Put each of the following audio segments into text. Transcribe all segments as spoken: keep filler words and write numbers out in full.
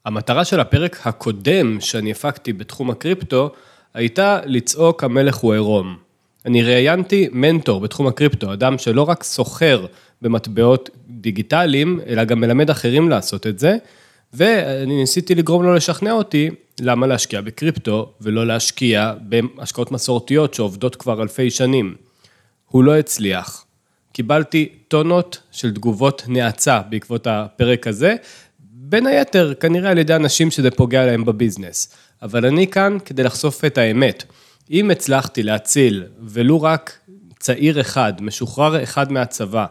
המטרה של הפרק הקודם שאני הפקתי בתחום הקריפטו, הייתה לצעוק המלך הוא עירום. אני ראיינתי מנטור בתחום הקריפטו, אדם שלא רק סוחר במטבעות דיגיטליים, אלא גם מלמד אחרים לעשות את זה, ואני ניסיתי לגרום לו לשכנע אותי למה להשקיע בקריפטו, ולא להשקיע בהשקעות מסורתיות שעובדות כבר אלפי שנים. הוא לא הצליח. קיבלתי טונות של תגובות נאצה בעקבות הפרק הזה, בין היתר כנראה על ידי אנשים שזה פוגע להם בביזנס. אבל אני כאן כדי לחשוף את האמת. אם הצלחתי להציל ולו רק צעיר אחד, משוחרר אחד מהצבא,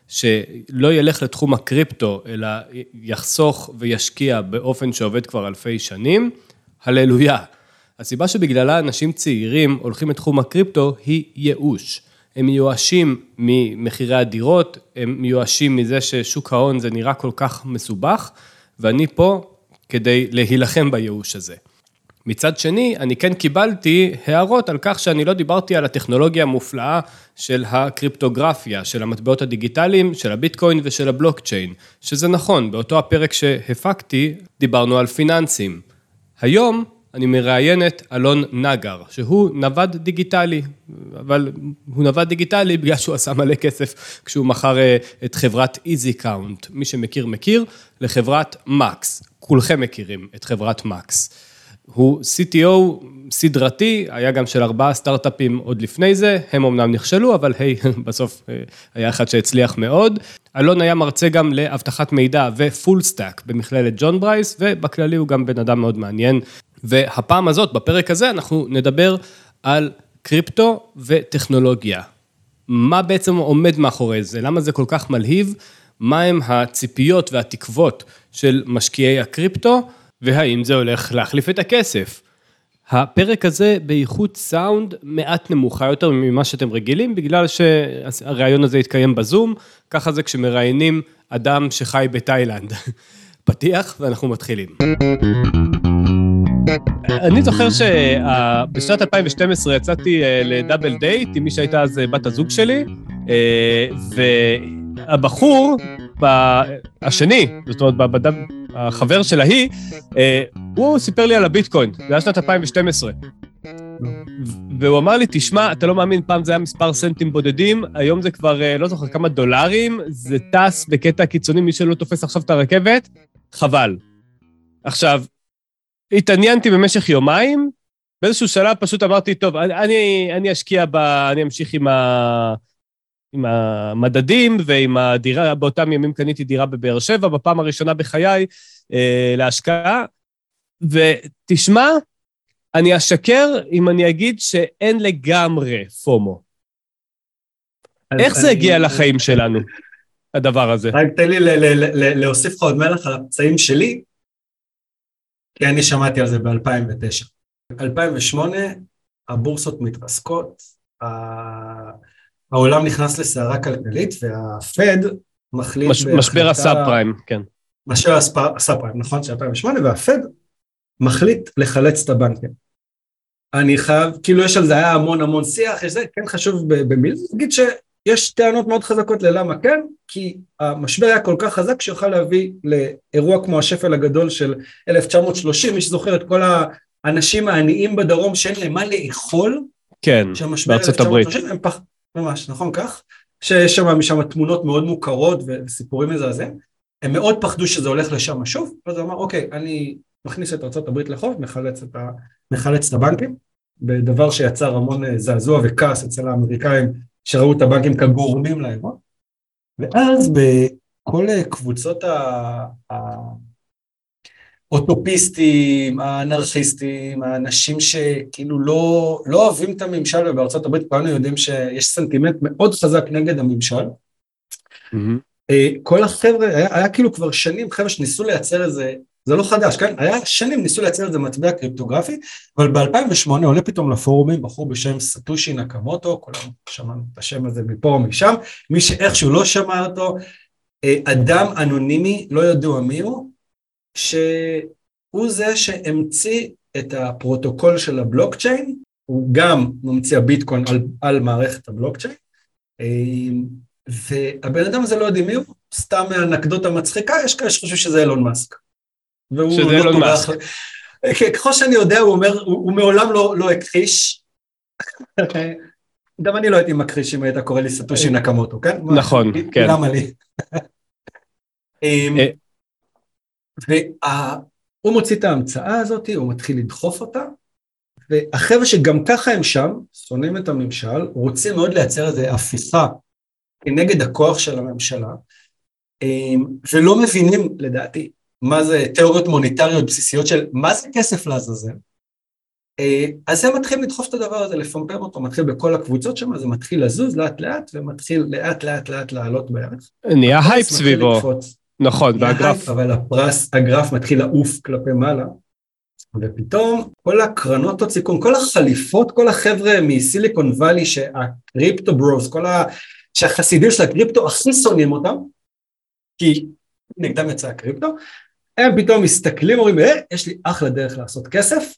שלא ילך לתחום הקריפטו, אלא יחסוך וישקיע באופן שעובד כבר אלפי שנים, הללויה. הסיבה שבגללה אנשים צעירים הולכים לתחום הקריפטו היא ייאוש. הם מיואשים ממחירי הדירות, הם מיואשים מזה ששוק ההון זה נראה כל כך מסובך, ואני פה כדי להילחם בייאוש הזה. מצד שני, אני כן קיבלתי הערות על כך שאני לא דיברתי על הטכנולוגיה המופלאה של הקריפטוגרפיה, של המטבעות הדיגיטליים, של הביטקוין ושל הבלוקצ'יין, שזה נכון, באותו הפרק שהפקתי דיברנו על פיננסים. היום אני מראיין את אלון נגר, שהוא נווד דיגיטלי, אבל הוא נווד דיגיטלי בגלל שהוא עשה מלא כסף כשהוא מכר את חברת EasyCount, מי שמכיר מכיר, לחברת מקס, כולכם מכירים את חברת מקס. הוא סי טי או סדרתי, היה גם של ארבעה סטארט-אפים עוד לפני זה, הם אמנם נכשלו, אבל היי, בסוף היה אחד שהצליח מאוד. אלון היה מרצה גם להבטחת מידע ופול סטאק במכללת ג'ון ברייס, ובכללי הוא גם בן אדם מאוד מעניין. והפעם הזאת, בפרק הזה, אנחנו נדבר על קריפטו וטכנולוגיה. מה בעצם עומד מאחורי זה? למה זה כל כך מלהיב? מה הם הציפיות והתקוות של משקיעי הקריפטו? והאם זה הולך להחליף את הכסף? הפרק הזה באיכות סאונד מעט נמוכה יותר ממה שאתם רגילים, בגלל שהרעיון הזה יתקיים בזום, ככה זה כשמראיינים אדם שחי בתאילנד. פתיח ואנחנו מתחילים. אני זוכר שבשנת אלפיים ושתים עשרה יצאתי לדאבל דייט עם מי שהייתה אז בת הזוג שלי, והבחור השני, זאת אומרת, החבר של ההיא, הוא סיפר לי על הביטקוין, זה היה שנת אלפיים ושתים עשרה. והוא אמר לי, תשמע, אתה לא מאמין, פעם זה היה מספר סנטים בודדים, היום זה כבר לא זוכר כמה דולרים, זה טס בקטע קיצוני, מי שלא תופס עכשיו את הרכבת, חבל. עכשיו, התעניינתי במשך יומיים, באיזשהו שלב פשוט אמרתי, טוב, אני, אני אשקיע ב... אני אמשיך עם ה... עם המדדים ועם הדירה, באותם ימים קניתי דירה בבאר שבע, בפעם הראשונה בחיי אה, להשקעה, ותשמע, אני אשקר אם אני אגיד שאין לגמרי פומו. איך זה הגיע לחיים שלנו, הדבר הזה? רק תן לי להוסיף לך עוד מלך על הפצעים שלי, כי אני שמעתי על זה ב-אלפיים ותשע. ב-אלפיים ושמונה הבורסות מתרסקות, העולם נכנס לסערה כלכלית, והפד מחליט... משבר הסאב פריים, כן. משבר הסאב פריים, נכון, של אלפיים ושמונה, והפד מחליט לחלץ את הבנקים. אני חייב, כאילו יש על זה, היה המון המון שיח, יש זה, כן חשוב במיל, נגיד שיש טענות מאוד חזקות ללמה כן, כי המשבר היה כל כך חזק, שיוכל להביא לאירוע כמו השפל הגדול של אלף תשע מאות שלושים, מי שזוכר את כל האנשים העניים בדרום, שאין להם מה לאכול, כן, בארצות הברית. הם פח... ממש, נכון כך? שיש שם משם תמונות מאוד מוכרות וסיפורים מזעזעים, הם מאוד פחדו שזה הולך לשם שוב, אז הוא אמר, אוקיי, אני מכניס את ארצות הברית לחוב, מחלץ את, ה... מחלץ את הבנקים, בדבר שיצר המון זעזוע וכעס אצל האמריקאים, שראו את הבנקים כגורמים לאירוע, ואז בכל קבוצות ה... האוטופיסטים, האנרכיסטים, האנשים שכאילו לא, לא אוהבים את הממשל, ובארצות הברית כולנו יודעים שיש סנטימנט מאוד חזק נגד הממשל. Mm-hmm. כל החבר'ה, היה, היה כאילו כבר שנים חבר'ה שניסו לייצר איזה, זה לא חדש, כן? היה שנים ניסו לייצר איזה מטבע קריפטוגרפי, אבל ב-אלפיים ושמונה עולה פתאום לפורומים, בחור בשם סטושי נקמוטו, כולם שמענו את השם הזה מפה או משם, מי שאיכשהו לא שמע אותו, אדם אנונימי, לא ידוע מי הוא, שהוא זה שהמציא את הפרוטוקול של הבלוקצ'יין, הוא גם ממציא הביטקוין על, על מערכת הבלוקצ'יין, והבן אדם הזה לא יודעים מי הוא, סתם מהאנקדוטה מצחיקה, יש כאלה שחושבים שזה אילון מאסק. שזה אילון מאסק. ככל שאני יודע, הוא אומר, הוא מעולם לא הכחיש, גם אני לא הייתי מכחיש אם היית קורא לי סטושי נקמוטו, כן? נכון, כן. למה לי? והוא מוציא את ההמצאה הזאת, הוא מתחיל לדחוף אותה, והחבר'ה שגם ככה הם שם, שונאים את הממשל, רוצים מאוד לייצר איזו הפיכה כנגד הכוח של הממשלה, ולא מבינים, לדעתי, מה זה תיאוריות מוניטריות בסיסיות של מה זה כסף לעזאזל, אז הם מתחילים לדחוף את הדבר הזה, לפמפר אותו, מתחיל בכל הקבוצות שם, זה מתחיל לזוז לאט לאט, ומתחיל לאט לאט לאט לעלות בערך. נהיה הייפ סביבו, נכון, והגרף. אבל הפרס, הגרף מתחיל לעוף כלפי מעלה, ופתאום כל הקרנות הסיכון, כל החליפות, כל החבר'ה מסיליקון וואלי, שהקריפטו ברוס, כל ה... שהחסידים של הקריפטו הכי שונאים אותם, כי נגדם יצא הקריפטו, הם פתאום מסתכלים, אומרים, אה, יש לי אחלה דרך לעשות כסף,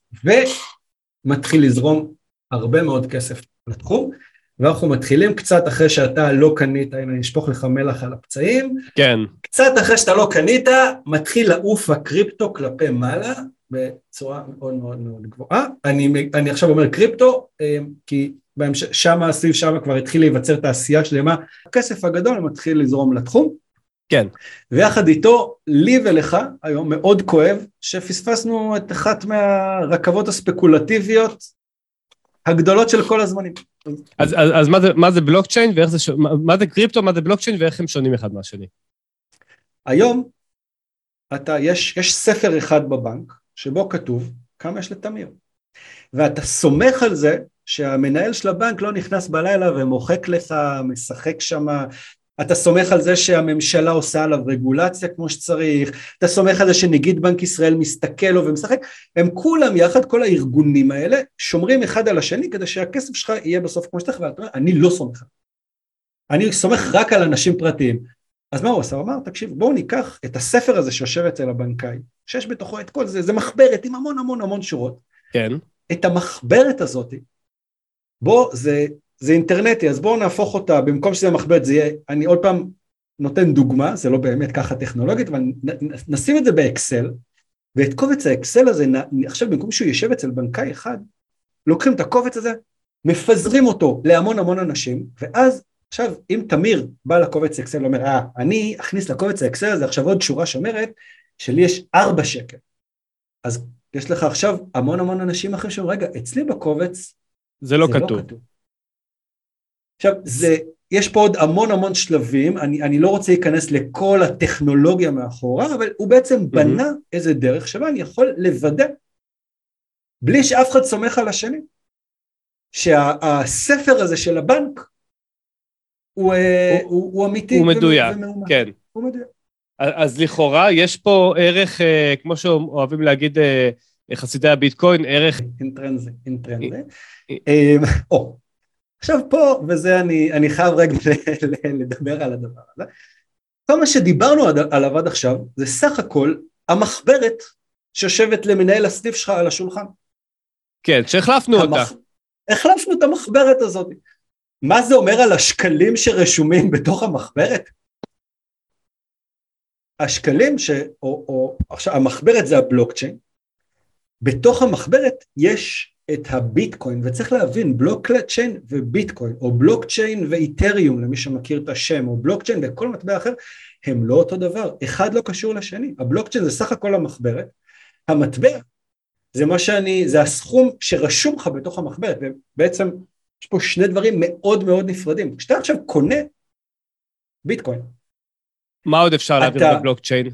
ומתחיל לזרום הרבה מאוד כסף לתחום, ואנחנו מתחילים קצת אחרי שאתה לא קנית, הנה נשפוך לך מלח על הפצעים, כן. קצת אחרי שאתה לא קנית, מתחיל לעוף הקריפטו כלפי מעלה, בצורה מאוד מאוד מאוד גבוהה. אני, אני עכשיו אומר קריפטו, כי שם, סביב שם כבר התחיל להיווצר תעשייה שלמה, הכסף הגדול מתחיל לזרום לתחום, כן. ויחד איתו, לי ולך, היום מאוד כואב, שפספסנו את אחת מהרכבות הספקולטיביות הגדולות של כל הזמנים. אז, אז, אז מה זה, מה זה בלוקצ'יין, ואיך זה, מה, מה זה קריפטו, מה זה בלוקצ'יין, ואיך הם שונים אחד מהשני? היום, אתה, יש, יש ספר אחד בבנק, שבו כתוב כמה יש לתמיר. ואתה סומך על זה, שהמנהל של הבנק לא נכנס בלילה, ומוחק לך, משחק שם, אתה סומך על זה שהממשלה עושה עליו רגולציה כמו שצריך, אתה סומך על זה שנגיד בנק ישראל מסתכל לו ומשחק, הם כולם יחד, כל הארגונים האלה, שומרים אחד על השני, כדי שהכסף שלך יהיה בסוף כמו שצריך, ואתה אומר, אני לא סומך. אני סומך רק על אנשים פרטיים. אז מה הוא עשה? הוא אמר, תקשיב, בואו ניקח את הספר הזה שיושב אצל הבנקאי, שיש בתוכו את כל זה, זה מחברת עם המון המון המון שורות. כן. את המחברת הזאת, בוא, זה... זה אינטרנטי, אז בואו נהפוך אותה, במקום שזה מחברת, זה יהיה, אני עוד פעם נותן דוגמה, זה לא באמת ככה טכנולוגית, אבל נשים את זה באקסל, ואת קובץ האקסל הזה, עכשיו במקום שהוא יושב אצל בנקאי אחד, לוקחים את הקובץ הזה, מפזרים אותו להמון המון אנשים, ואז עכשיו אם תמיר בא לקובץ האקסל, אומר, אה, אני אכניס לקובץ האקסל הזה, עכשיו עוד שורה שאומרת, שלי יש ארבע שקל, אז יש לך עכשיו המון המון אנשים אחרים שאומרים, רגע, אצלי בקובץ, זה לא כתוב. עכשיו, זה, יש פה עוד המון המון שלבים, אני, אני לא רוצה להיכנס לכל הטכנולוגיה מאחורה, אבל הוא בעצם בנה mm-hmm. איזה דרך שבה אני יכול לוודא, בלי שאף אחד סומך על השני, שהספר הזה של הבנק, הוא, הוא, הוא, הוא אמיתי. הוא מדויק, ומאומן. כן. הוא מדויק. אז לכאורה, יש פה ערך, כמו שאוהבים להגיד, חסידי הביטקוין, ערך... אינטרנזי, אינטרנזי. או, עכשיו פה, וזה אני, אני חייב רגע לדבר על הדבר הזה, כל מה שדיברנו עליו עד עכשיו, זה סך הכל המחברת שיושבת למנהל הסניף שלך על השולחן. כן, שהחלפנו המח... אותה. החלפנו את המחברת הזאת. מה זה אומר על השקלים שרשומים בתוך המחברת? השקלים ש... או, או, עכשיו, המחברת זה הבלוקצ'יין, בתוך המחברת יש את הביטקוין, וצריך להבין, בלוקצ'יין וביטקוין, או בלוקצ'יין ואיתריום, למי שמכיר את השם, או בלוקצ'יין וכל מטבע אחר, הם לא אותו דבר, אחד לא קשור לשני, הבלוקצ'יין זה סך הכל המחברת, המטבע זה מה שאני, זה הסכום שרשום לך בתוך המחברת, ובעצם יש פה שני דברים מאוד מאוד נפרדים, כשאתה עכשיו קונה ביטקוין. מה עוד אפשר להבין בבלוקצ'יין?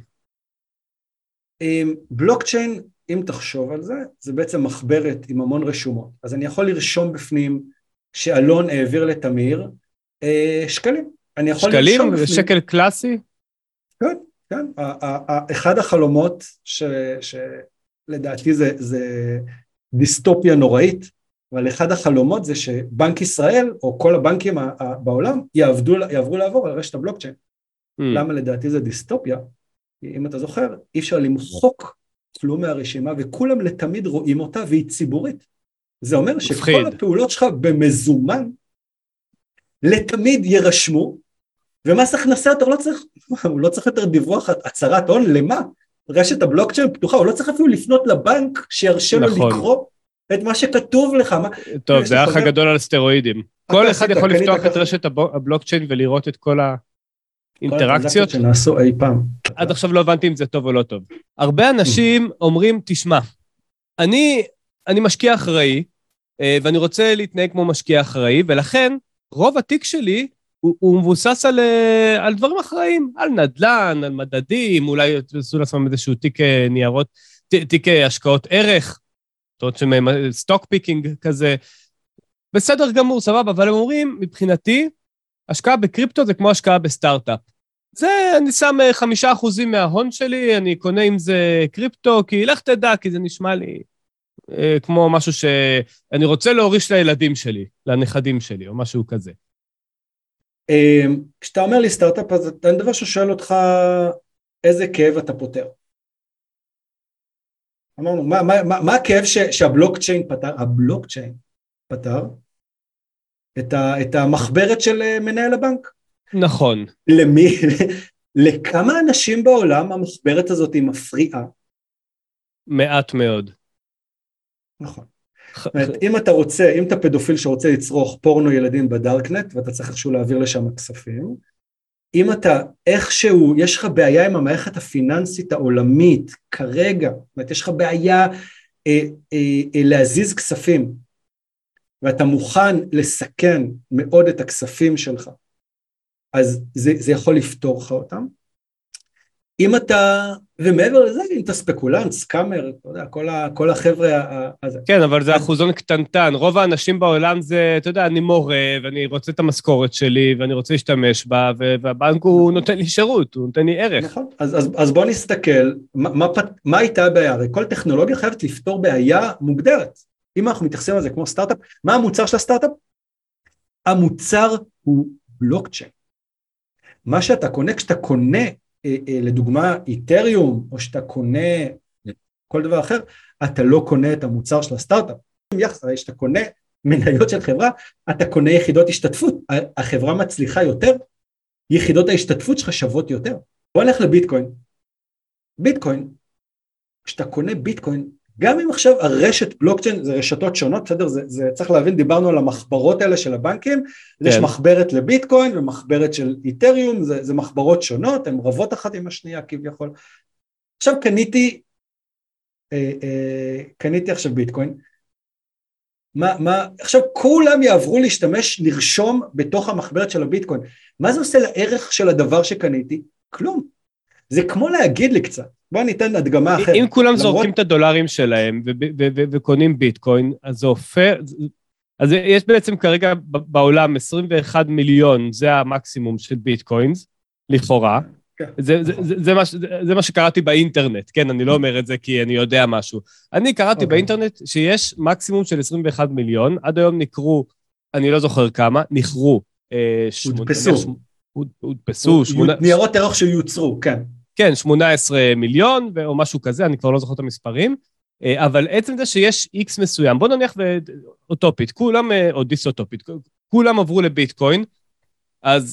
בלוקצ'יין, אם תחשוב על זה, זה בעצם מחברת עם המון רשומות. אז אני יכול לרשום בפנים שאלון העביר לתמיר אה, שקלים. אני יכול שקלים? לרשום בפנים... שקל קלאסי? כן, כן. אחד החלומות ש, שלדעתי זה, זה דיסטופיה נוראית, אבל אחד החלומות זה שבנק ישראל, או כל הבנקים בעולם, יעבדו, יעברו לעבור על רשת הבלוקצ'יין. Mm. למה לדעתי זה דיסטופיה? אם אתה זוכר, אי אפשר למחוק כלום מהרשימה, וכולם לתמיד רואים אותה, והיא ציבורית. זה אומר שכל הפעולות שלך במזומן, לתמיד ירשמו, ומס הכנסה אתה לא צריך, הוא לא צריך יותר דיווח הצהרת הון, למה? רשת הבלוקצ'יין פתוחה, הוא לא צריך אפילו לפנות לבנק שירשה לו לקרוא את מה שכתוב לך. טוב, זה האח הגדול על סטרואידים. כל אחד יכול לפתוח את רשת הבלוקצ'יין ולראות את כל האינטראקציות. שנעשו אי פעם. עד עכשיו לא הבנתי אם זה טוב או לא טוב. הרבה אנשים אומרים, תשמע, אני, אני משקיע אחראי, ואני רוצה להתנהג כמו משקיע אחראי, ולכן רוב התיק שלי הוא, הוא מבוסס על, על דברים אחראיים, על נדל"ן, על מדדים, אולי יעשו לעצמם איזשהו תיק ניירות, תיק השקעות ערך, סטוק פיקינג כזה, בסדר גמור, סבבה, אבל הם אומרים, מבחינתי, השקעה בקריפטו זה כמו השקעה בסטארט-אפ. זה, אני שם חמישה אחוזים מההון שלי, אני קונה עם זה קריפטו, כי לך תדע, כי זה נשמע לי אה, כמו משהו שאני רוצה להוריש לילדים שלי, לנכדים שלי, או משהו כזה. כשאתה אומר לי סטארט-אפ, אז אני דבר ששואל אותך, איזה כאב אתה פותר? אמרנו, מה, מה, מה, מה הכאב ש, שהבלוקצ'יין פתר? הבלוקצ'יין פתר את, ה, את המחברת של מנהל הבנק. נכון. למי, לכמה אנשים בעולם המחברת הזאת היא מפריעה? מעט מאוד. נכון. זאת אומרת, אם אתה רוצה, אם אתה פדופיל שרוצה לצרוך פורנו ילדים בדארקנט, ואתה צריך איכשהו להעביר לשם כספים, אם אתה איכשהו, יש לך בעיה עם המערכת הפיננסית העולמית, כרגע, זאת אומרת, יש לך בעיה אה, אה, אה, להזיז כספים, ואתה מוכן לסכן מאוד את הכספים שלך, אז זה, זה יכול לפתור לך אותם. אם אתה, ומעבר לזה, אם אתה ספקולנט, סקאמר, אתה יודע, כל, ה, כל החבר'ה הזה. כן, אבל זה אחוזון קטנטן. רוב האנשים בעולם זה, אתה יודע, אני מורה, ואני רוצה את המשכורת שלי, ואני רוצה להשתמש בה, והבנק הוא נותן לי שירות, הוא נותן לי ערך. נכון, אז, אז, אז בוא נסתכל, מה, מה, מה הייתה הבעיה? הרי כל טכנולוגיה חייבת לפתור בעיה מוגדרת. אם אנחנו מתייחסים על זה כמו סטארט-אפ, מה המוצר של הסטארט-אפ? המוצר הוא בלוקצ'יין. מה שאתה קונה, כשאתה קונה, לדוגמה איתריום, או שאתה קונה כל דבר אחר, אתה לא קונה את המוצר של הסטארט-אפ. יחס, הרי שאתה קונה מניות של חברה, אתה קונה יחידות השתתפות. החברה מצליחה יותר, יחידות ההשתתפות שלך שוות יותר. בוא נלך לביטקוין. ביטקוין, כשאתה קונה ביטקוין, גם אם עכשיו הרשת בלוקצ'יין, זה רשתות שונות, בסדר? זה, זה צריך להבין, דיברנו על המחברות האלה של הבנקים, כן. יש מחברת לביטקוין ומחברת של איתריום, זה, זה מחברות שונות, הן רבות אחת עם השנייה כביכול. עכשיו קניתי, אה, אה, קניתי עכשיו ביטקוין, מה, מה, עכשיו כולם יעברו להשתמש, לרשום בתוך המחברת של הביטקוין, מה זה עושה לערך של הדבר שקניתי? כלום. זה כמו להגיד לי קצת. בוא ניתן הדגמה אחרת. אם כולם זורקים את הדולרים שלהם וקונים ביטקוין, אז זה הופך, אז יש בעצם כרגע בעולם עשרים ואחד מיליון, זה המקסימום של ביטקוינס, לכאורה. זה מה שקראתי באינטרנט, כן, אני לא אומר את זה כי אני יודע משהו. אני קראתי באינטרנט שיש מקסימום של עשרים ואחד מיליון, עד היום נקרו, אני לא זוכר כמה, נכרו. הודפסו. הודפסו. ניירות ערך שיוצרו, כן. כן, שמונה עשרה מיליון, או משהו כזה, אני כבר לא זוכר את המספרים, אבל עצם זה שיש איקס מסוים, בוא נניח ואוטופית, כולם, או דיסאוטופית, כולם עברו לביטקוין, אז,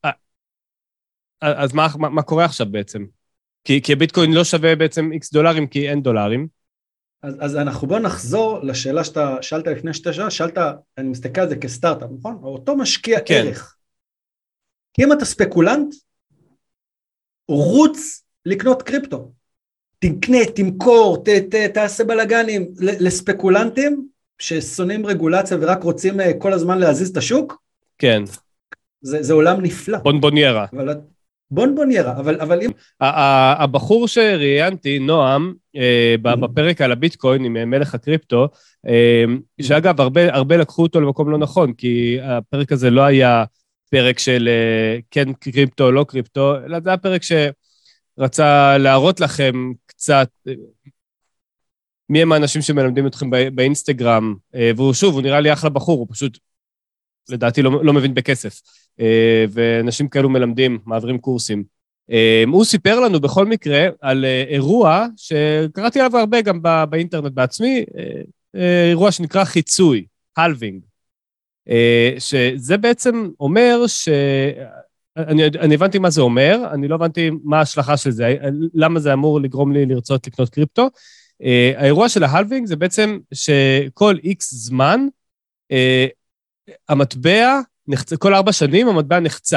אז מה, מה, מה קורה עכשיו בעצם? כי, כי הביטקוין לא שווה בעצם איקס דולרים, כי אין דולרים. אז, אז אנחנו בוא נחזור לשאלה שאתה שאלת לפני שתי שעה, שאלת, אני מסתכל על זה כסטארט-אפ, נכון? אותו משקיע כן. ערך. כי אם אתה ספקולנט, רוץ לקנות קריפטו, תקנה, תמכור, ת, ת, תעשה בלגנים, לספקולנטים ששונאים רגולציה ורק רוצים כל הזמן להזיז את השוק, כן. זה, זה עולם נפלא. בונבוניירה. אבל, בונבוניירה, אבל, אבל אם... הבחור שראיינתי, נועם, בפרק על הביטקוין עם מלך הקריפטו, שאגב, הרבה, הרבה לקחו אותו למקום לא נכון, כי הפרק הזה לא היה... פרק של כן קריפטו, לא קריפטו, אלא זה הפרק שרצה להראות לכם קצת מי הם האנשים שמלמדים אתכם באינסטגרם, והוא שוב, הוא נראה לי אחלה בחור, הוא פשוט, לדעתי, לא, לא מבין בכסף, ואנשים כאלו מלמדים, מעברים קורסים. הוא סיפר לנו בכל מקרה על אירוע שקראתי עליו הרבה גם באינטרנט בעצמי, אירוע שנקרא חיצוי, הלווינג. שזה בעצם אומר אני, אני הבנתי מה זה אומר, אני לא הבנתי מה ההשלכה של זה, למה זה אמור לגרום לי לרצות לקנות קריפטו. האירוע של ההלווינג זה בעצם שכל איקס זמן, המטבע, כל ארבע שנים המטבע נחצה.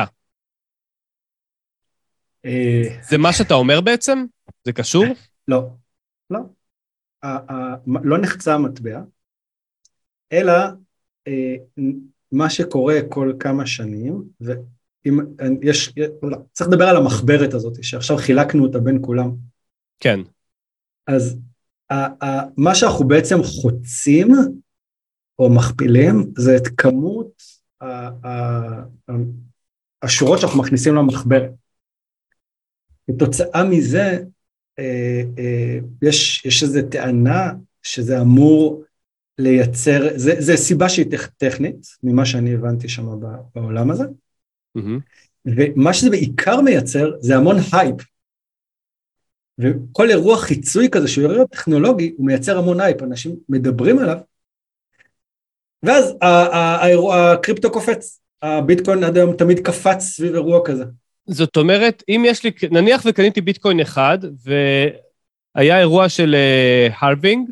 זה מה שאתה אומר בעצם? זה קשור? לא, לא. לא נחצה המטבע, אלא מה שקורה כל כמה שנים, ואם יש, צריך לדבר על המחברת הזאת, שעכשיו חילקנו אותה בין כולם. כן. אז מה שאנחנו בעצם חוצים, או מכפילים, זה את כמות השורות שאנחנו מכניסים למחברת. בתוצאה מזה, יש, יש איזו טענה שזה אמור לייצר, זה, זה סיבה שהיא טכנית, ממה שאני הבנתי שם בעולם הזה, mm-hmm. ומה שזה בעיקר מייצר, זה המון הייפ, וכל אירוע חיצוי כזה, שהוא אירוע טכנולוגי, הוא מייצר המון הייפ, אנשים מדברים עליו, ואז האירוע, הקריפטו קופץ, הביטקוין עד היום תמיד קפץ סביב אירוע כזה. זאת אומרת, אם יש לי, נניח וקניתי ביטקוין אחד, והיה אירוע של הלווינג,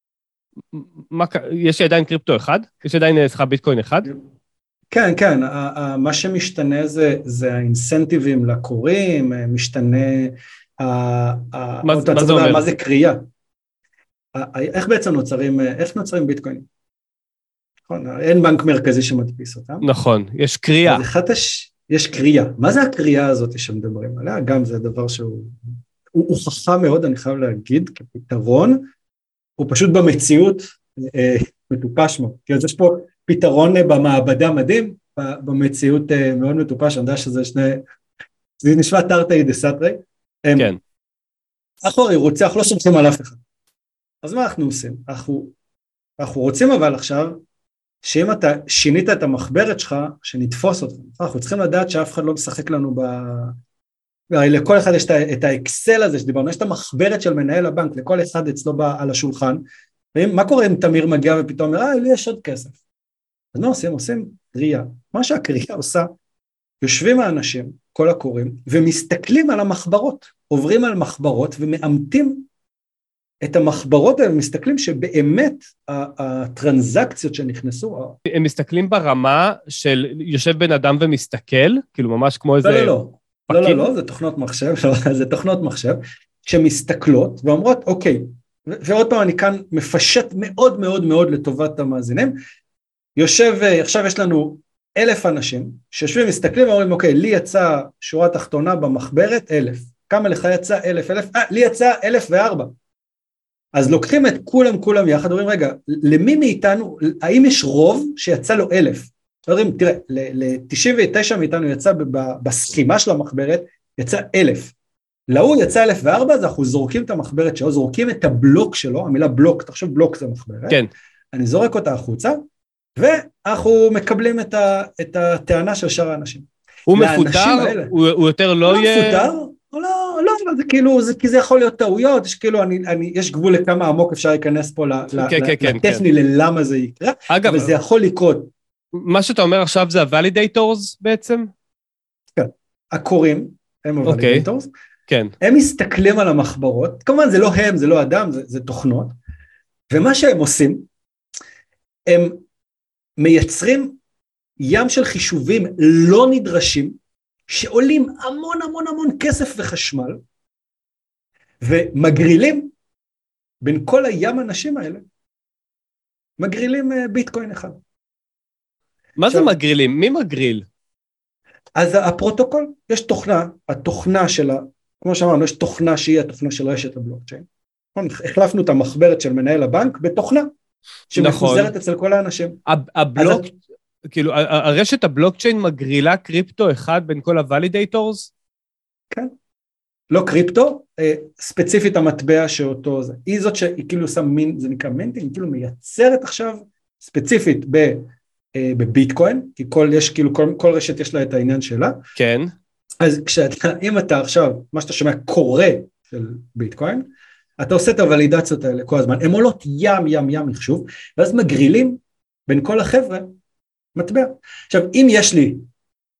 יש לי עדיין קריפטו אחד? יש לי עדיין סליחה ביטקוין אחד? כן, כן, מה שמשתנה זה, זה האינסנטיבים לקוראים, משתנה, מה זה אומר? מה זה קריאה? איך בעצם נוצרים, איך נוצרים ביטקוינים? נכון, אין בנק מרכזי שמדפיס אותם. נכון, יש קריאה. אז אחת הש... יש קריאה. מה זה הקריאה הזאת שמדברים עליה? גם זה דבר שהוא, הוא, הוא חכם מאוד, אני חייב להגיד, כפתרון, הוא פשוט במציאות אה, מטופש מאוד. כי אז יש פה פתרון במעבדה מדהים, במציאות אה, מאוד מטופש, אני יודע שזה שני, זה נשמע תרתי דה סתרי. כן. אנחנו הרי רוצים, אנחנו לא סומכים על אף אחד. אז מה אנחנו עושים? אנחנו, אנחנו רוצים אבל עכשיו, שאם אתה שינית את המחברת שלך, שנתפוס אותך, אנחנו צריכים לדעת שאף אחד לא משחק לנו ב... לכל אחד יש את האקסל הזה שדיברנו, יש את המחברת של מנהל הבנק, לכל אחד אצלו על השולחן, ומה קורה אם תמיר מגיע ופתאום אומר, אה, לי יש עוד כסף. אז מה עושים? עושים קריאה. מה שהקריאה עושה, יושבים האנשים, כל הקוראים, ומסתכלים על המחברות, עוברים על מחברות ומאמתים את המחברות האלה, מסתכלים שבאמת הטרנזקציות שנכנסו... הם מסתכלים ברמה של יושב בן אדם ומסתכל, כאילו ממש כמו איזה... לא, לא, לא. לא, לא, לא, זה תוכנות מחשב, זה תוכנות מחשב, שמסתכלות ואומרות, אוקיי, ועוד פעם אני כאן מפשט מאוד מאוד מאוד לטובת המאזינים, יושב, עכשיו יש לנו אלף אנשים, שיושבים ומסתכלים ואומרים, אוקיי, לי יצא שורה תחתונה במחברת, אלף, כמה לך יצא אלף, אלף, אה, לי יצא אלף וארבע, אז לוקחים את כולם כולם יחד, אומרים, רגע, למי מאיתנו, האם יש רוב שיצא לו אלף? אומרים, תראה, ל-תשעים ותשע מאיתנו יצא בסכימה של המחברת, יצא אלף. להוא יצא אלף וארבע, אז אנחנו זורקים את המחברת שלו, זורקים את הבלוק שלו, המילה בלוק, תחשוב בלוק זה מחברת. כן. אני זורק אותה החוצה, ואנחנו מקבלים את, ה, את הטענה של שאר האנשים. הוא מפוטר? הוא, הוא יותר לא יהיה... הוא מפוטר? לא, לא, זה כאילו, זה, כי זה יכול להיות טעויות, יש כאילו, אני, אני, יש גבול לכמה עמוק אפשר להיכנס פה כן, כן, כן, לטכני, כן. ללמה זה יקרה, אגב, אבל זה יכול לקרות. מה שאתה אומר עכשיו זה ה-validators בעצם? כן, הקוראים, הם ה-validators, כן. הם מסתכלים על המחברות, כמובן זה לא הם, זה לא אדם, זה, זה תוכנות, ומה שהם עושים, הם מייצרים ים של חישובים לא נדרשים, שעולים המון המון המון כסף וחשמל, ומגרילים בין כל הים אנשים האלה, מגרילים ביטקוין אחד. מה זה מגרילים? מי מגריל? אז הפרוטוקול, יש תוכנה, התוכנה שלה, כמו שאמרנו, יש תוכנה שהיא התוכנה של רשת הבלוקצ'יין. החלפנו את המחברת של מנהל הבנק בתוכנה, שמפוזרת אצל כל האנשים. הבלוק, כאילו, הרשת הבלוקצ'יין מגרילה קריפטו אחד בין כל הוולידייטורס? כן. לא קריפטו, ספציפית המטבע שאותו זה. היא זאת שהיא כאילו עושה מין, זה נקרא מנטינג, היא כאילו מייצרת עכשיו, ספציפית ב... בביטקוין, כי כל, יש, כאילו, כל, כל רשת יש לה את העניין שלה. כן. אז כשאתה, אם אתה עכשיו, מה שאתה שומע, קורא של ביטקוין, אתה עושה את הוולידציות האלה כל הזמן, הן עולות ים, ים, ים מחשוב, ואז מגרילים בין כל החבר'ה מטבע. עכשיו, אם יש לי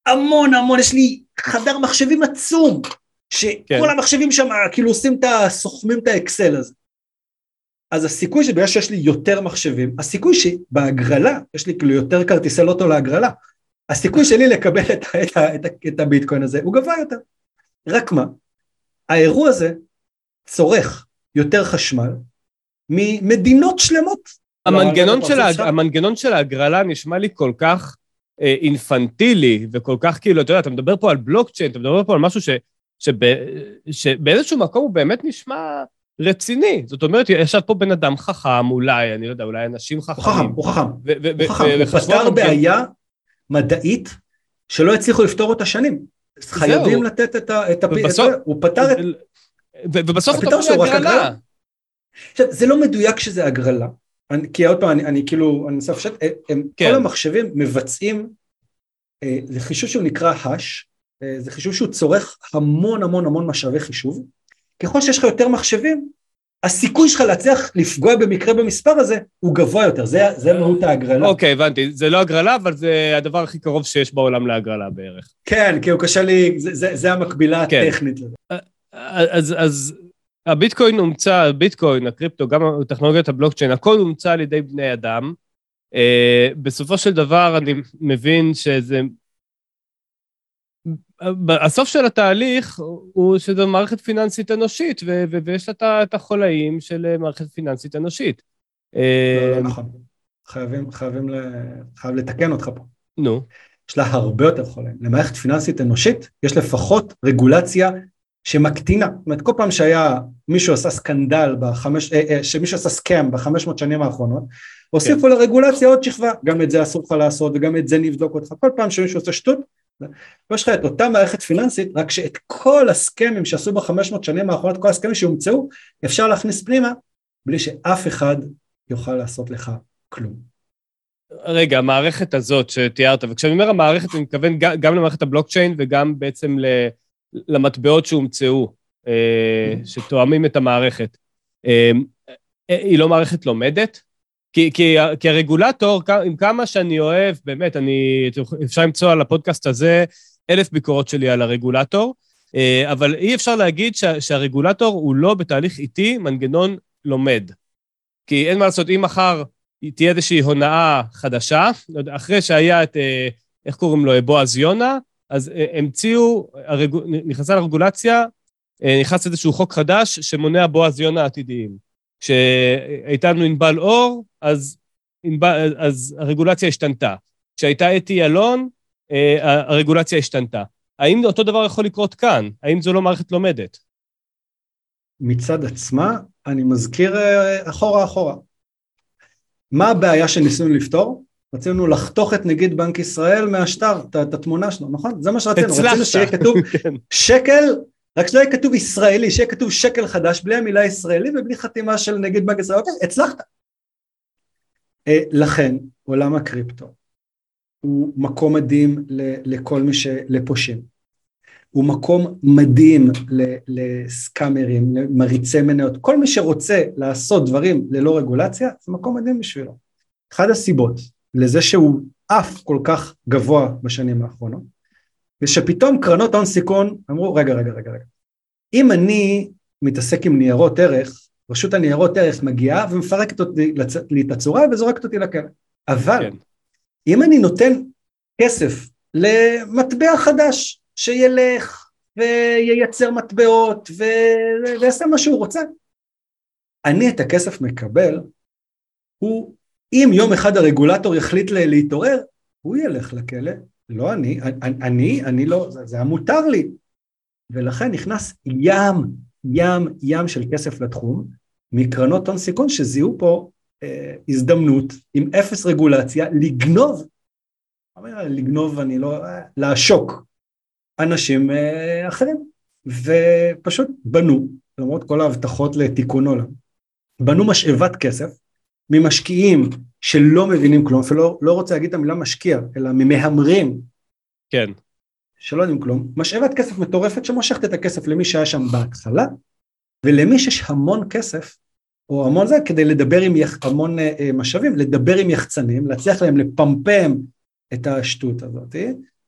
המון המון, יש לי חדר מחשבים עצום, שכל כן. המחשבים שם כאילו עושים את ה... סוכמים את האקסל הזה. אז הסיכוי שבגלל שיש לי יותר מחשבים, הסיכוי שבהגרלה, יש לי כאילו יותר כרטיסי לוטו להגרלה, הסיכוי שלי לקבל את, את, את, את הביטקוין הזה הוא גבוה יותר. רק מה? האירוע הזה צורך יותר חשמל ממדינות שלמות. המנגנון של, ההג... המנגנון של ההגרלה נשמע לי כל כך אה, אינפנטילי, וכל כך כאילו, אתה יודע, אתה מדבר פה על בלוקצ'יין, אתה מדבר פה על משהו ש, שב, שבאיזשהו מקום הוא באמת נשמע רציני. זאת אומרת, ישב פה בן אדם חכם, אולי, אני לא יודע, אולי אנשים חכמים. הוא חכם, הוא חכם. ו- ו- הוא חכם, ו- הוא פתר בעיה מדעית שלא הצליחו לפתור אותה שנים. חייבים לתת את ה... את ובסוף, הוא פתר את... ובסוף אתה אומר הגרלה. עכשיו, זה לא מדויק שזה הגרלה, כי עוד פעם, אני, אני כאילו, אני אנסה פשוט, הם, כן. כל המחשבים מבצעים, זה חישוב שהוא נקרא hash, זה חישוב שהוא צורך המון המון המון משאבי חישוב, ככל שיש לך יותר מחשבים, הסיכוי שלך להצליח לפגוע במקרה במספר הזה, הוא גבוה יותר, זה, זה מהות ההגרלה. אוקיי, הבנתי, זה לא הגרלה, אבל זה הדבר הכי קרוב שיש בעולם להגרלה בערך. כן, כי הוא קשה לי, זה, זה, זה המקבילה כן. הטכנית לזה. אז, אז הביטקוין הומצא, הביטקוין, הקריפטו, גם טכנולוגיית הבלוקצ'יין, הכל הומצא על ידי בני אדם. בסופו של דבר אני מבין שזה, הסוף של התהליך הוא שזו מערכת פיננסית אנושית, ו- ו- ויש לה את החולאים של מערכת פיננסית אנושית. לא, לא נכון. חייבים, חייבים חייב לתקן אותך פה. נו. יש לה הרבה יותר חולאים. למערכת פיננסית אנושית יש לפחות רגולציה שמקטינה. זאת אומרת, כל פעם שהיה מישהו עשה סקנדל, בחמש, שמישהו עשה סקאם בחמש מאות שנים האחרונות, הוסיפו לרגולציה עוד שכבה, גם את זה אסור לך לעשות, וגם את זה נבדוק אותך. כל פעם שמישהו עושה שטות, ויש לך את אותה מערכת פיננסית, רק שאת כל הסכמים שעשו בחמש מאות שנים האחרונות, כל הסכמים שהומצאו, אפשר להכניס פנימה, בלי שאף אחד יוכל לעשות לך כלום. רגע, המערכת הזאת שתיארת, וכשאני אומר המערכת, אני מתכוון גם למערכת הבלוקצ'יין, וגם בעצם למטבעות שהומצאו, שתואמים את המערכת. היא לא מערכת לומדת? כי, כי, כי הרגולטור, עם כמה שאני אוהב, באמת, אני, אפשר למצוא על הפודקאסט הזה אלף ביקורות שלי על הרגולטור, אבל אי אפשר להגיד שה, שהרגולטור הוא לא בתהליך איטי מנגנון לומד. כי אין מה לעשות, אם מחר תהיה איזושהי הונאה חדשה, אחרי שהיה את, איך קוראים לו, בועז יונה, אז המציאו, הרג... נכנסה לרגולציה, נכנס איזשהו חוק חדש שמונע בועז יונה עתידיים. כשהייתנו ענבל אור, אז, ענבל, אז הרגולציה השתנתה. כשהייתה אתי אלון, הרגולציה השתנתה. האם אותו דבר יכול לקרות כאן? האם זו לא מערכת לומדת? מצד עצמה, אני מזכיר אחורה אחורה. מה הבעיה שניסינו לפתור? רצינו לחתוך את נגיד בנק ישראל מהשטר, את התמונה שלו, נכון? זה מה שרצינו. הצלחת. רצינו שיהיה כתוב שקל, רק שלא יהיה כתוב ישראלי, שיהיה כתוב שקל חדש, בלי המילה ישראלי ובלי חתימה של נגיד בנק ישראל. אוקיי, הצלחת. לכן, עולם הקריפטו הוא מקום מדהים לכל מי שלפושים. הוא מקום מדהים לסקאמרים, למריצי מניות. כל מי שרוצה לעשות דברים ללא רגולציה, זה מקום מדהים בשבילו. אחד הסיבות לזה שהוא אף כל כך גבוה בשנים האחרונות, ושפתאום קרנות הון סיכון אמרו, רגע, רגע, רגע, רגע. אם אני מתעסק עם ניירות ערך, רשות הניירות ערך מגיעה ומפרקת אותי לי את הצורה וזורקת אותי לכלא. אבל כן. אם אני נותן כסף למטבע חדש, שילך וייצר מטבעות ו- ויעשה מה שהוא רוצה, אני את הכסף מקבל, הוא, אם יום אחד הרגולטור יחליט להתעורר, הוא ילך לכלא, לא אני, אני, אני, אני לא, זה, זה המותר לי, ולכן נכנס ים, ים, ים של כסף לתחום, מקרנות הון סיכון שזיהו פה אה, הזדמנות עם אפס רגולציה, לגנוב, לגנוב אני לא, אה, לעשוק אנשים אה, אחרים, ופשוט בנו, למרות כל ההבטחות לתיקון עולם, בנו משאבת כסף, ממשקיעים שלא מבינים כלום, אפילו לא רוצה להגיד את המילה משקיע, אלא ממהמרים, כן. שלא יודעים כלום, משאבת כסף מטורפת שמושכת את הכסף למי שהיה שם בהתחלה, ולמי שיש המון כסף, או המון זה, כדי לדבר עם יח, המון אה, משאבים, לדבר עם יחצנים, להצליח להם לפמפם את השטות הזאת,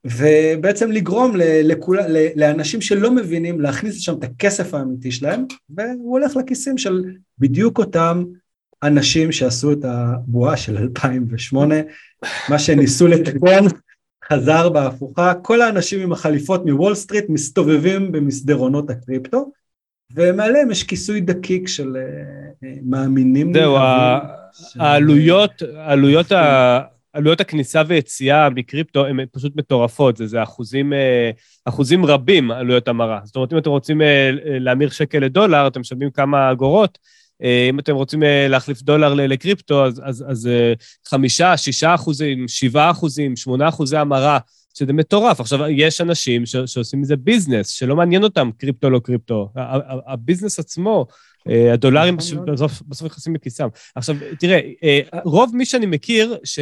ובעצם לגרום לכול, לאנשים שלא מבינים, להכניס שם את הכסף האמיתי שלהם, והוא הולך לכיסים של בדיוק אותם אנשים שעשו את הבועה של אלפיים ושמונה, מה שניסו לתקן, חזר בהפוכה, כל האנשים עם החליפות מוול סטריט מסתובבים במסדרונות הקריפטו, ומעליהם יש כיסוי דקיק של מאמינים. זהו, העלויות, העלויות ה... עלויות הכניסה ויציאה מקריפטו הן פשוט מטורפות, זה, זה אחוזים, אחוזים רבים עלויות המרה. זאת אומרת, אם אתם רוצים להמיר שקל לדולר, אתם משלמים כמה אגורות, אם אתם רוצים להחליף דולר לקריפטו, אז, אז, אז חמישה, שישה אחוזים, שבעה אחוזים, שמונה אחוזי המרה, שזה מטורף. עכשיו, יש אנשים ש, שעושים מזה ביזנס, שלא מעניין אותם קריפטו לא קריפטו. הביזנס עצמו, הדולרים בסוף, בסוף נכנסים לכיסם. עכשיו, תראה, רוב מי שאני מכיר ש,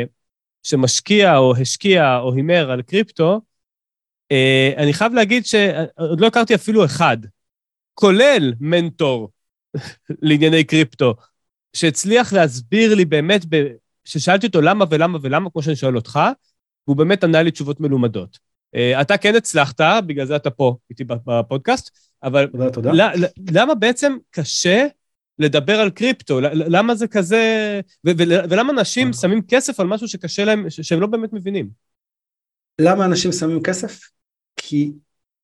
שמשקיע או השקיע או הימר על קריפטו, אני חייב להגיד שעוד לא הכרתי אפילו אחד, כולל מנטור לענייני קריפטו, שהצליח להסביר לי באמת, ששאלתי אותו למה ולמה ולמה, כמו שאני שואל אותך, והוא באמת ענה לי תשובות מלומדות. אתה כן הצלחת, בגלל זה אתה פה איתי בפודקאסט, אבל תודה, תודה. למה בעצם קשה לדבר על קריפטו? למה זה כזה, ולמה אנשים שמים כסף על משהו שקשה להם, שהם לא באמת מבינים? למה אנשים שמים כסף? כי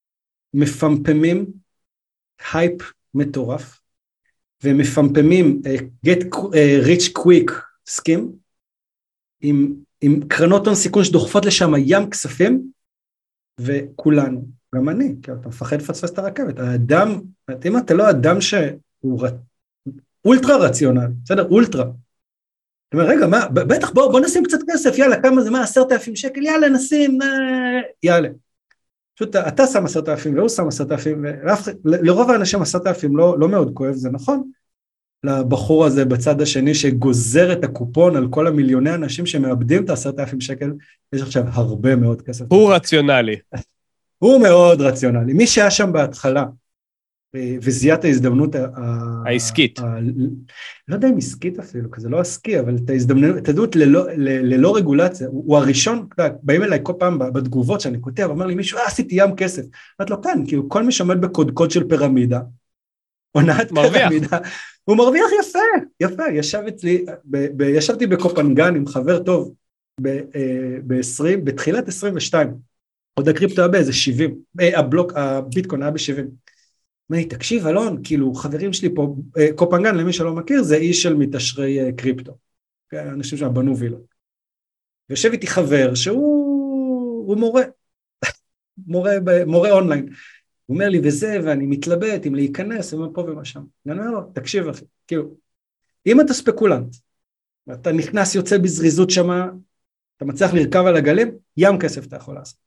מפמפמים הייפ מטורף, ומפמפמים get rich quick scheme, עם, עם קרנות הון סיכון שדוחפות לשם ים כספים, וכולנו, גם אני, כי אתה מפחד לפספס את הרכבת, האדם, אם אתה לא אדם שהוא אולטרה רציונלי, בסדר? אולטרה. זאת אומרת, רגע, מה, בטח בוא, בוא נשים קצת כסף, יאללה, כמה זה, מה, עשרת אלפים שקל, יאללה, נשים, יאללה. פשוט אתה שם עשרת אלפים והוא שם עשרת אלפים, לרוב האנשים עשרת אלפים לא, לא מאוד כואב, זה נכון? לבחור הזה בצד השני שגוזר את הקופון על כל המיליוני אנשים שמאבדים את עשרת אלפים שקל, יש עכשיו הרבה מאוד כסף. הוא רציונלי. הוא מאוד רציונלי. מי שהיה שם בהתחלה, וזיית ההזדמנות העסקית. לא יודע אם עסקית אפילו, כי זה לא עסקי, אבל את ההזדמנות, את הדעות ללא, ללא רגולציה, הוא הראשון, באים אליי כל פעם בתגובות שאני כותב, אומר לי מישהו, אה, עשיתי ים כסף. אמרת לו, כאן, כאילו כל מי שעומד בקודקוד של פירמידה, עונת פירמידה, הוא מרוויח יפה, יפה, ישב אצלי, ב, ב, ישבתי בקופנגן עם חבר טוב, ב-עשרים, בתחילת עשרים ושתיים, עוד הקריפטו היה באיזה שבעים, הבלוק, הביטקוין היה ב-שבעים, אמרתי, תקשיב אלון, כאילו חברים שלי פה, קופנגן למי שלא מכיר, זה איש של מתעשרי קריפטו, אנשים שם בנו וילות, ויושב איתי חבר שהוא מורה, מורה, מורה אונליין, הוא אומר לי, וזה, ואני מתלבט אם להיכנס, ומה פה ומה שם. אני אומר לו, תקשיב אחי, כאילו, אם אתה ספקולנט, ואתה נכנס, יוצא בזריזות שמה, אתה מצליח לרכב על הגלים, ים כסף אתה יכול לעשות.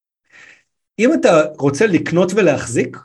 אם אתה רוצה לקנות ולהחזיק,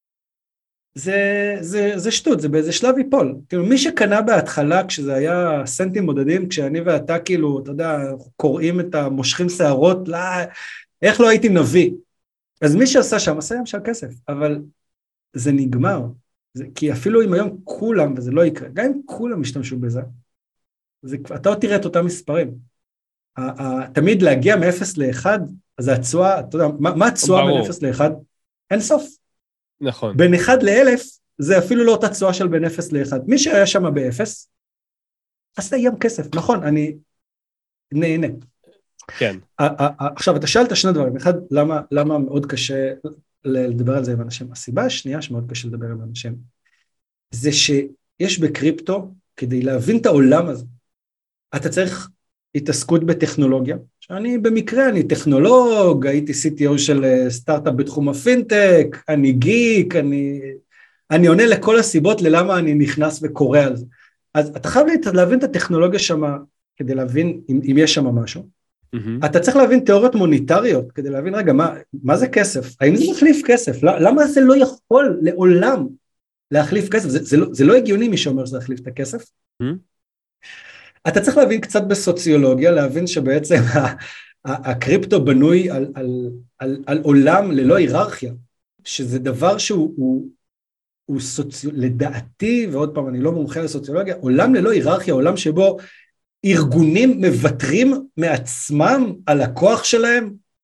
זה, זה, זה שטות, זה באיזה שלב ייפול. כאילו, מי שקנה בהתחלה, כשזה היה סנטים מודדים, כשאני ואתה, כאילו, אתה יודע, קוראים את המושכים שערות, לא, איך לא הייתי נביא? אז מי שעשה שם, עשה ים של כסף, אבל זה נגמר, זה, כי אפילו אם היום כולם, וזה לא יקרה, גם אם כולם משתמשו בזה, זה, אתה עוד תראה את אותם מספרים. ה, ה, תמיד להגיע מ-אפס ל-אחד, אז הצועה, אתה יודע, מה, מה הצועה בין אפס ל-אחד? אין סוף. נכון. בין אחד ל-אלף, זה אפילו לא אותה צועה של בין אפס ל-אחד. מי שהיה שם ב-אפס, עשה ים כסף, נכון, אני נהנה. כן. עכשיו, אתה שאלת שני דברים. אחד, למה, למה מאוד קשה לדבר על זה עם אנשים? הסיבה השנייה שמאוד קשה לדבר עם אנשים, זה שיש בקריפטו, כדי להבין את העולם הזה, אתה צריך התעסקות בטכנולוגיה, שאני במקרה, אני טכנולוג, הייתי סי טי או של סטארט-אפ בתחום הפינטק, אני גיק, אני, אני עונה לכל הסיבות ללמה אני נכנס וקורא על זה. אז אתה חייב להבין את הטכנולוגיה שמה, כדי להבין אם, אם יש שם משהו, Mm-hmm. אתה צריך להבין תיאוריות מוניטריות, כדי להבין, רגע, מה, מה זה כסף? האם זה מחליף כסף? למה זה לא יכול לעולם להחליף כסף? זה, זה, לא, זה לא הגיוני מי שאומר שזה להחליף את הכסף. Mm-hmm. אתה צריך להבין קצת בסוציולוגיה, להבין שבעצם הקריפטו בנוי על, על, על, על עולם ללא היררכיה, שזה דבר שהוא, הוא, הוא סוצי... לדעתי, ועוד פעם אני לא מומחה לסוציולוגיה, עולם ללא היררכיה, עולם שבו ארגונים מבטרים מעצמם על הכוח שלהם,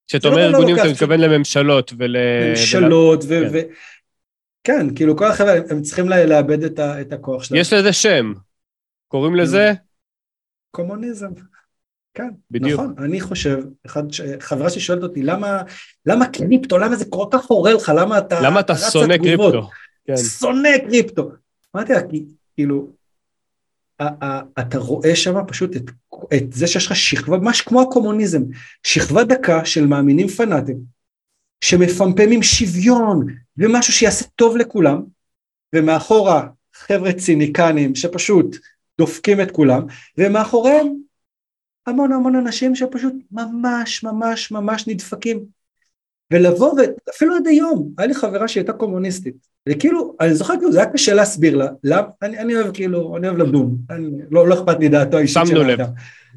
כשאתה אומר ארגונים, אתה מתכוון לממשלות ול... ממשלות ו... כן, כאילו כל החבר'ה, הם צריכים לאבד את הכוח שלהם. יש לזה שם. קוראים לזה? קומוניזם. כן, בדיוק. נכון, אני חושב, חברה ששואלת אותי, למה, למה קריפטו, למה זה כל כך הורא לך, למה אתה... למה אתה שונא קריפטו? שונא קריפטו. אמרתי לה, כאילו, אתה רואה שם פשוט את, את זה שיש לך שכבה, ממש כמו הקומוניזם, שכבה דקה של מאמינים פנאטים, שמפמפמים שוויון, ומשהו שיעשה טוב לכולם, ומאחורה חבר'ה ציניקנים שפשוט דופקים את כולם, ומאחוריהם המון המון אנשים שפשוט ממש ממש ממש נדפקים, ולבוא, ואפילו עד היום, היה לי חברה שהייתה קומוניסטית, וכאילו, אני זוכר כאילו, זה היה קשה להסביר לה, למה, אני, אני אוהב כאילו, אני אוהב לדון, אני, לא, לא אכפת לי דעתו האישית של האדם.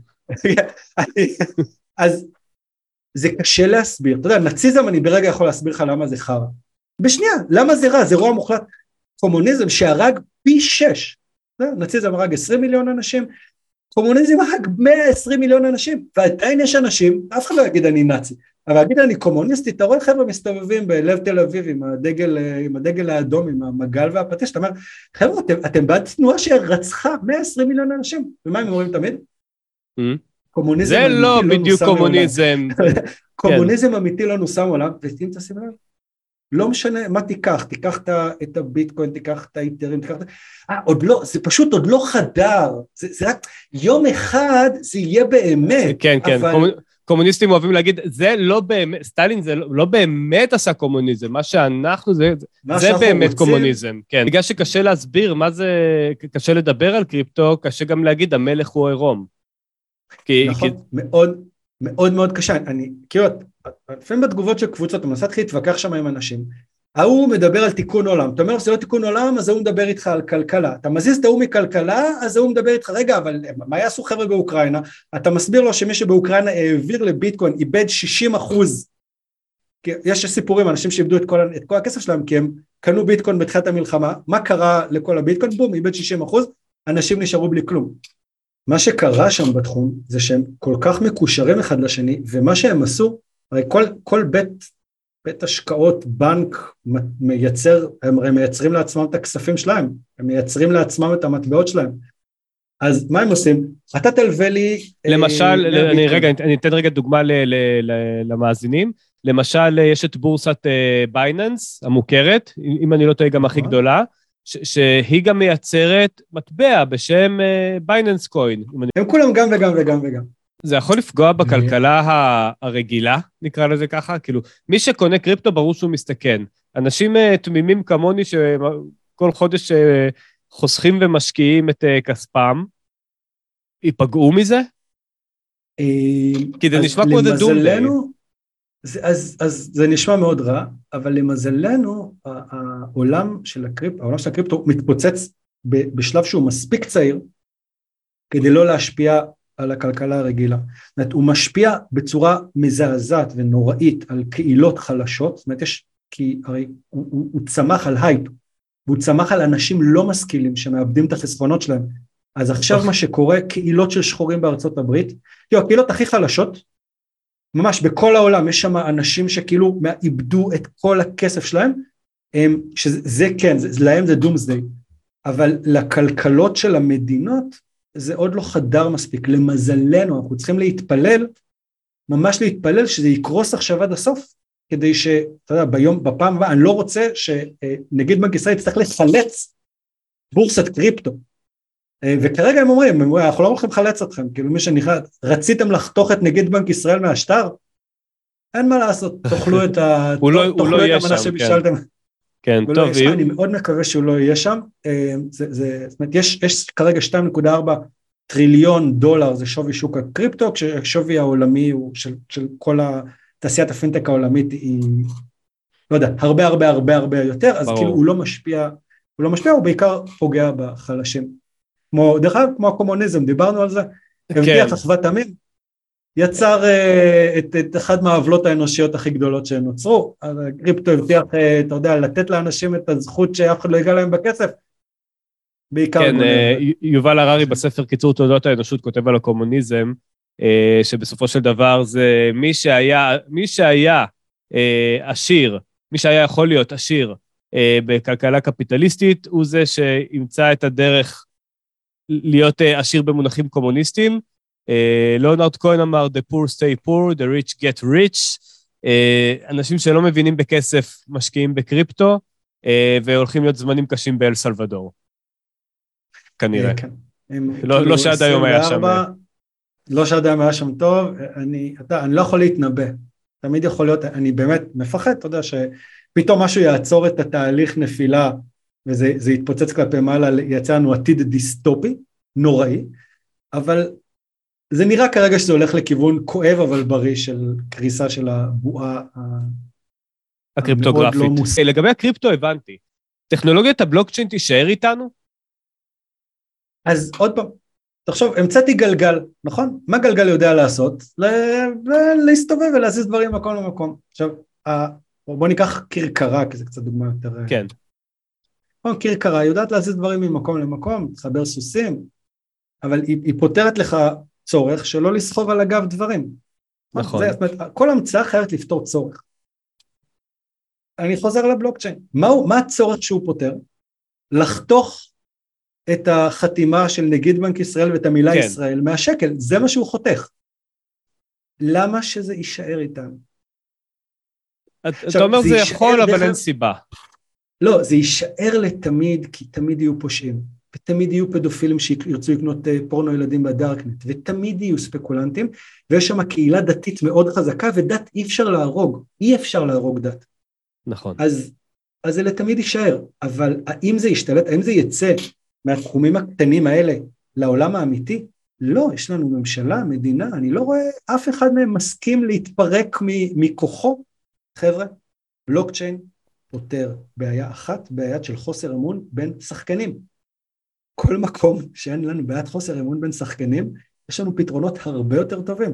אז זה קשה להסביר, אתה יודע, נאציזם אני ברגע יכול להסביר לך למה זה חרא, בשנייה, למה זה רע, זה רוע מוחלט, קומוניזם שהרג פי שש, נאציזם הרג עשרים מיליון אנשים, קומוניזם הרג מאה ועשרים מיליון אנשים, ועדיין יש אנשים, אף אחד לא יגיד אני נאצי, אבל אגיד אני קומוניסטי, אתה רואה חבר'ה מסתובבים בלב תל אביב עם הדגל, עם הדגל האדום, עם המגל והפטיש, אתה אומר, חבר'ה, אתם, אתם בעד תנועה שרצחה מאה ועשרים מיליון אנשים, ומה הם אומרים תמיד? קומוניזם זה לא בדיוק קומוניזם. קומוניזם אמיתי לא נוסע מעולם, ואם תשים לב, לא משנה מה תיקח, תיקח את הביטקוין, תיקח את האיתרים, תיקח את... אה, עוד לא, זה פשוט עוד לא חדר, זה, זה רק יום אחד זה יהיה באמת. כן, כן, אבל... קומוניסטים אוהבים להגיד, זה לא באמת, סטלין זה לא, לא באמת עשה קומוניזם, מה שאנחנו זה, מה זה באמת רוצים... קומוניזם, כן. בגלל שקשה להסביר מה זה, קשה לדבר על קריפטו, קשה גם להגיד, המלך הוא עירום. כי, נכון, כי... מאוד, מאוד מאוד קשה, אני, כאילו, לפעמים בתגובות של קבוצות, אתה מנסה להתחיל להתווכח שם עם אנשים, ההוא מדבר על תיקון עולם, אתה אומר שזה לא תיקון עולם, אז ההוא מדבר איתך על כלכלה, אתה מזיז את ההוא מכלכלה, אז ההוא מדבר איתך, רגע, אבל מה יעשו חבר'ה באוקראינה? אתה מסביר לו שמי שבאוקראינה העביר לביטקוין, איבד שישים אחוז, יש סיפורים, אנשים שאיבדו את כל, את כל הכסף שלהם, כי הם קנו ביטקוין בתחילת המלחמה, מה קרה לכל הביטקוין? בום, איבד שישים אחוז, אנשים נשארו בלי כלום. מה שקרה שם בתחום, זה שהם כל כך מקושרים אחד לשני, ומה שהם עשו, הרי כל, כל בית, בית השקעות, בנק מייצר, הם הרי מייצרים לעצמם את הכספים שלהם, הם מייצרים לעצמם את המטבעות שלהם. אז מה הם עושים? אתה תלווה לי... למשל, אה, אני, רגע, אני אתן רגע דוגמה ל, ל, ל, למאזינים, למשל, יש את בורסת בייננס, המוכרת, אם אני לא טועה גם הכי גדולה, ש- שהיא גם מייצרת מטבע בשם בייננס קוין. הם כולם גם וגם וגם וגם. זה יכול לפגוע בכלכלה הרגילה, נקרא לזה ככה, כאילו, מי שקונה קריפטו ברור שהוא מסתכן. אנשים תמימים כמוני שכל חודש חוסכים ומשקיעים את כספם, ייפגעו מזה? כי זה נשמע כמו זה דום די. אז, אז זה נשמע מאוד רע, אבל למזלנו, העולם של הקריפטו, העולם של הקריפטו מתפוצץ בשלב שהוא מספיק צעיר, כדי לא להשפיע על הכלכלה הרגילה. זאת אומרת, הוא משפיע בצורה מזעזעת ונוראית על קהילות חלשות, זאת אומרת, יש, כי הרי הוא, הוא, הוא צמח על הייפ, והוא צמח על אנשים לא משכילים שמאבדים את החסכונות שלהם. אז עכשיו מה שקורה, קהילות של שחורים בארצות הברית, תראו, הקהילות הכי חלשות, ממש בכל העולם יש שם אנשים שכאילו איבדו את כל הכסף שלהם, שזה כן, זה, להם זה דומסדיי, אבל לכלכלות של המדינות, זה עוד לא חדר מספיק, למזלנו, אנחנו צריכים להתפלל, ממש להתפלל שזה יקרוס עכשיו עד הסוף, כדי שאתה יודע, ביום, בפעם הבאה, אני לא רוצה שנגיד בנק ישראל יצטרך לחלץ בורסת קריפטו, וכרגע הם אומרים, אנחנו לא הולכים לחלץ אתכם, כאילו מי שנכנס, רציתם לחתוך את נגיד בנק ישראל מהשטר? אין מה לעשות, תאכלו את המנה שבישלתם. כן, טוב. אני מאוד מקווה שהוא לא יהיה שם, זאת אומרת, יש כרגע שתיים נקודה ארבע טריליון דולר, זה שווי שוק הקריפטו, כששווי העולמי הוא של כל תעשיית הפינטק העולמית היא, לא יודע, הרבה הרבה הרבה הרבה יותר, אז כאילו הוא לא משפיע, הוא לא משפיע, הוא בעיקר פוגע בחלשים. כמו, דרך אגב, כמו הקומוניזם, דיברנו על זה, הבטיח אחוות עמים, יצר uh, את, את אחד מהעוולות האנושיות הכי גדולות שנוצרו, הקריפטו הבטיח, uh, אתה יודע, לתת לאנשים את הזכות שאף אחד לא ייגע להם בכסף, בעיקר... כן, uh, יובל הררי בספר קיצור תולדות האנושות כותב על הקומוניזם, שבסופו של דבר זה מי שהיה, מי שהיה עשיר, מי שהיה יכול להיות עשיר בכלכלה קפיטליסטית, הוא זה שימצא את הדרך להיות עשיר במונחים קומוניסטיים. ליאונרד כהן אמר, the poor stay poor, the rich get rich. אנשים שלא מבינים בכסף משקיעים בקריפטו, והולכים להיות זמנים קשים באל סלבדור. כנראה. לא שעד היום היה שם. לא שעד היום היה שם טוב, אני לא יכול להתנבא. תמיד יכול להיות, אני באמת מפחד, אתה יודע, שפתאום משהו יעצור את התהליך נפילה, וזה יתפוצץ כלפי מעלה, יצא לנו עתיד דיסטופי, נוראי, אבל זה נראה כרגע שזה הולך לכיוון כואב אבל בריא של קריסה של הבועה הקריפטוגרפית. לא לגבי הקריפטו הבנתי, טכנולוגיית הבלוקצ'יין תישאר איתנו? אז עוד פעם, תחשוב, המצאתי גלגל, נכון? מה גלגל יודע לעשות? להסתובב ולהזיז דברים ממקום למקום. עכשיו, בוא ניקח קרקרה, כי זה קצת דוגמה יותר... כן. קרקרה יודעת להזיז דברים ממקום למקום, תחבר סוסים, אבל היא, היא פותרת לך צורך שלא לסחוב על הגב דברים. נכון. זה, זאת אומרת, כל המצאה חייבת לפתור צורך. אני חוזר לבלוקצ'יין. מהו, מה הצורך שהוא פותר? לחתוך את החתימה של נגיד בנק ישראל ואת המילה כן. ישראל מהשקל. זה מה שהוא חותך. למה שזה יישאר איתנו? אתה אומר זה יכול, אבל אין סיבה. לא, זה יישאר לתמיד, כי תמיד יהיו פושעים, ותמיד יהיו פדופילים שירצו לקנות פורנו ילדים בדארקנט, ותמיד יהיו ספקולנטים, ויש שם קהילה דתית מאוד חזקה, ודת אי אפשר להרוג, אי אפשר להרוג דת. נכון. אז, אז זה לתמיד יישאר, אבל האם זה ישתלט, האם זה יצא מהתחומים הקטנים האלה לעולם האמיתי? לא, יש לנו ממשלה, מדינה, אני לא רואה אף אחד מהם מסכים להתפרק מכוחו. חבר'ה, בלוקצ'יין פותר בעיה אחת, בעיית של חוסר אמון בין שחקנים. כל מקום שאין לנו בעיית חוסר אמון בין שחקנים, יש לנו פתרונות הרבה יותר טובים.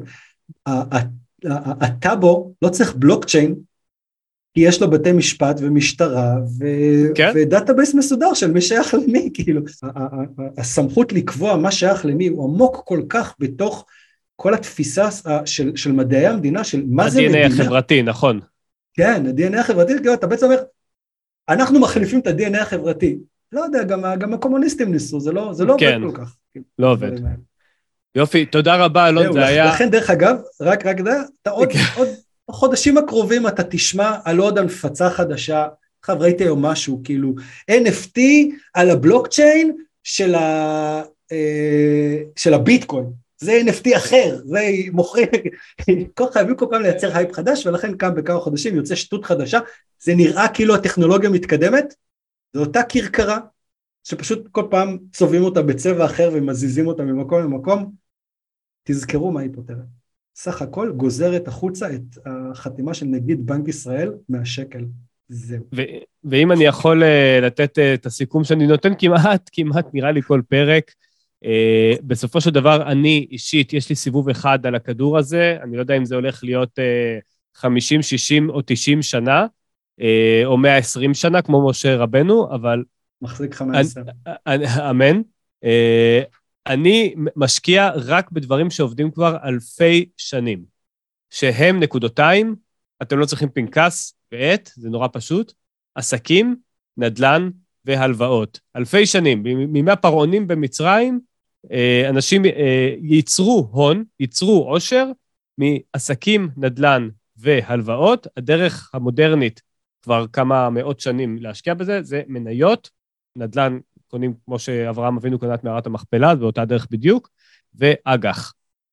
הטאבו לא צריך בלוקצ'יין, כי יש לו בתי משפט ומשטרה, ודאטאבייס מסודר של מי שייך למי, כאילו. הסמכות לקבוע מה שייך למי הוא עמוק כל כך בתוך כל התפיסה של מדעי המדינה, של מה זה מדינה. ה-די אן איי החברתי, נכון. כן, ה-די אן איי החברתי, אתה בעצם אומר, אנחנו מחליפים את ה-די אן איי החברתי. לא יודע, גם, גם הקומוניסטים ניסו, זה לא, זה לא כן, עובד כל כך. לא עובד. יופי, תודה רבה, אלון, זה היה... לכן, דרך אגב, רק, רק דה, אתה עוד, עוד חודשים הקרובים אתה תשמע על עוד הנפצה חדשה, עכשיו ראיתי היום משהו, כאילו, אן אף טי על הבלוקצ'יין של, ה, של הביטקוין. זה אן אף טי אחר, זה מוכרים, חייבים כל פעם לייצר הייפ חדש, ולכן כאן בכמה חודשים יוצא שטות חדשה, זה נראה כאילו הטכנולוגיה מתקדמת, זו אותה קרקרה, שפשוט כל פעם צובעים אותה בצבע אחר, ומזיזים אותה ממקום למקום, תזכרו מה היא פותרת. סך הכל גוזרת החוצה את החתימה של נגיד בנק ישראל מהשקל, זהו. ו- ואם אני יכול לתת את הסיכום שאני נותן כמעט, כמעט נראה לי כל פרק, Uh, בסופו של דבר, אני אישית, יש לי סיבוב אחד על הכדור הזה, אני לא יודע אם זה הולך להיות uh, חמישים, שישים או תשעים שנה, uh, או מאה ועשרים שנה, כמו משה רבנו, אבל... מחזיק חמש עשרה. אמן. Uh, אני משקיע רק בדברים שעובדים כבר אלפי שנים, שהם נקודותיים, אתם לא צריכים פנקס ועט, זה נורא פשוט, עסקים, נדלן והלוואות. אלפי שנים, מימי הפרעונים במצרים, אנשים ייצרו הון, ייצרו עושר, מעסקים, נדלן והלוואות. הדרך המודרנית, כבר כמה מאות שנים להשקיע בזה, זה מניות, נדלן קונים כמו שאברהם אבינו קנה את מערת המכפלה, באותה דרך בדיוק, ואג"ח.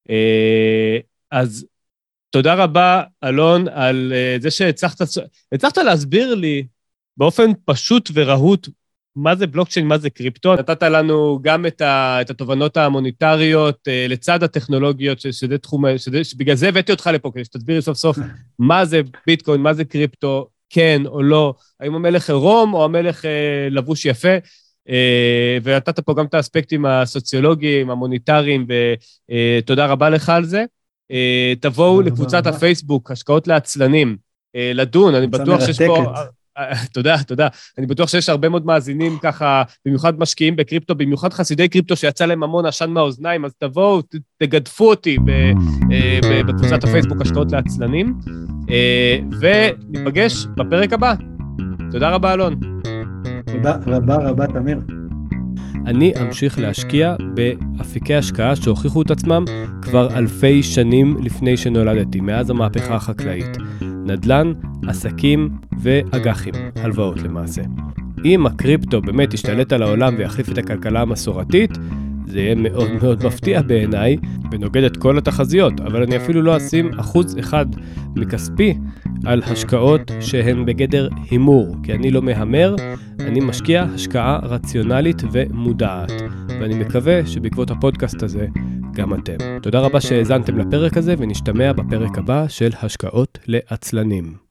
אז תודה רבה, אלון, על זה שהצלחת, הצלחת להסביר לי באופן פשוט ורהוט, מה זה בלוקצ'יין, מה זה קריפטו. נתת לנו גם את, ה, את התובנות המוניטריות לצד הטכנולוגיות, שזה תחום, שזה, שבגלל זה הבאתי אותך לפה, כדי שתסביר לי סוף סוף מה זה ביטקוין, מה זה קריפטו, כן או לא, האם המלך עירום או המלך אה, לבוש יפה, אה, ונתת פה גם את האספקטים הסוציולוגיים, המוניטריים, ותודה אה, רבה לך על זה. אה, תבואו לקבוצת הפייסבוק, השקעות לעצלנים, אה, לדון, אני בטוח שיש פה... תודה, תודה. אני בטוח שיש הרבה מאוד מאזינים ככה, במיוחד משקיעים בקריפטו, במיוחד חסידי קריפטו שיצא להם המון עשן מהאוזניים, אז תבואו, תגדפו אותי בקבוצת הפייסבוק השקעות לעצלנים, וניפגש בפרק הבא. תודה רבה, אלון. תודה רבה רבה, תמיר. אני אמשיך להשקיע באפיקי השקעה שהוכיחו את עצמם כבר אלפי שנים לפני שנולדתי, מאז המהפכה החקלאית. נדל"ן, עסקים ואג"חים, הלוואות למעשה. אם הקריפטו באמת ישתלט על העולם ויחליף את הכלכלה המסורתית, זה יהיה מאוד מאוד מפתיע בעיניי, ונוגד את כל התחזיות, אבל אני אפילו לא אשים אחוז אחד מכספי על השקעות שהן בגדר הימור, כי אני לא מהמר, אני משקיע השקעה רציונלית ומודעת, ואני מקווה שבעקבות הפודקאסט הזה גם אתם. תודה רבה שהאזנתם לפרק הזה, ונשתמע בפרק הבא של השקעות לעצלנים.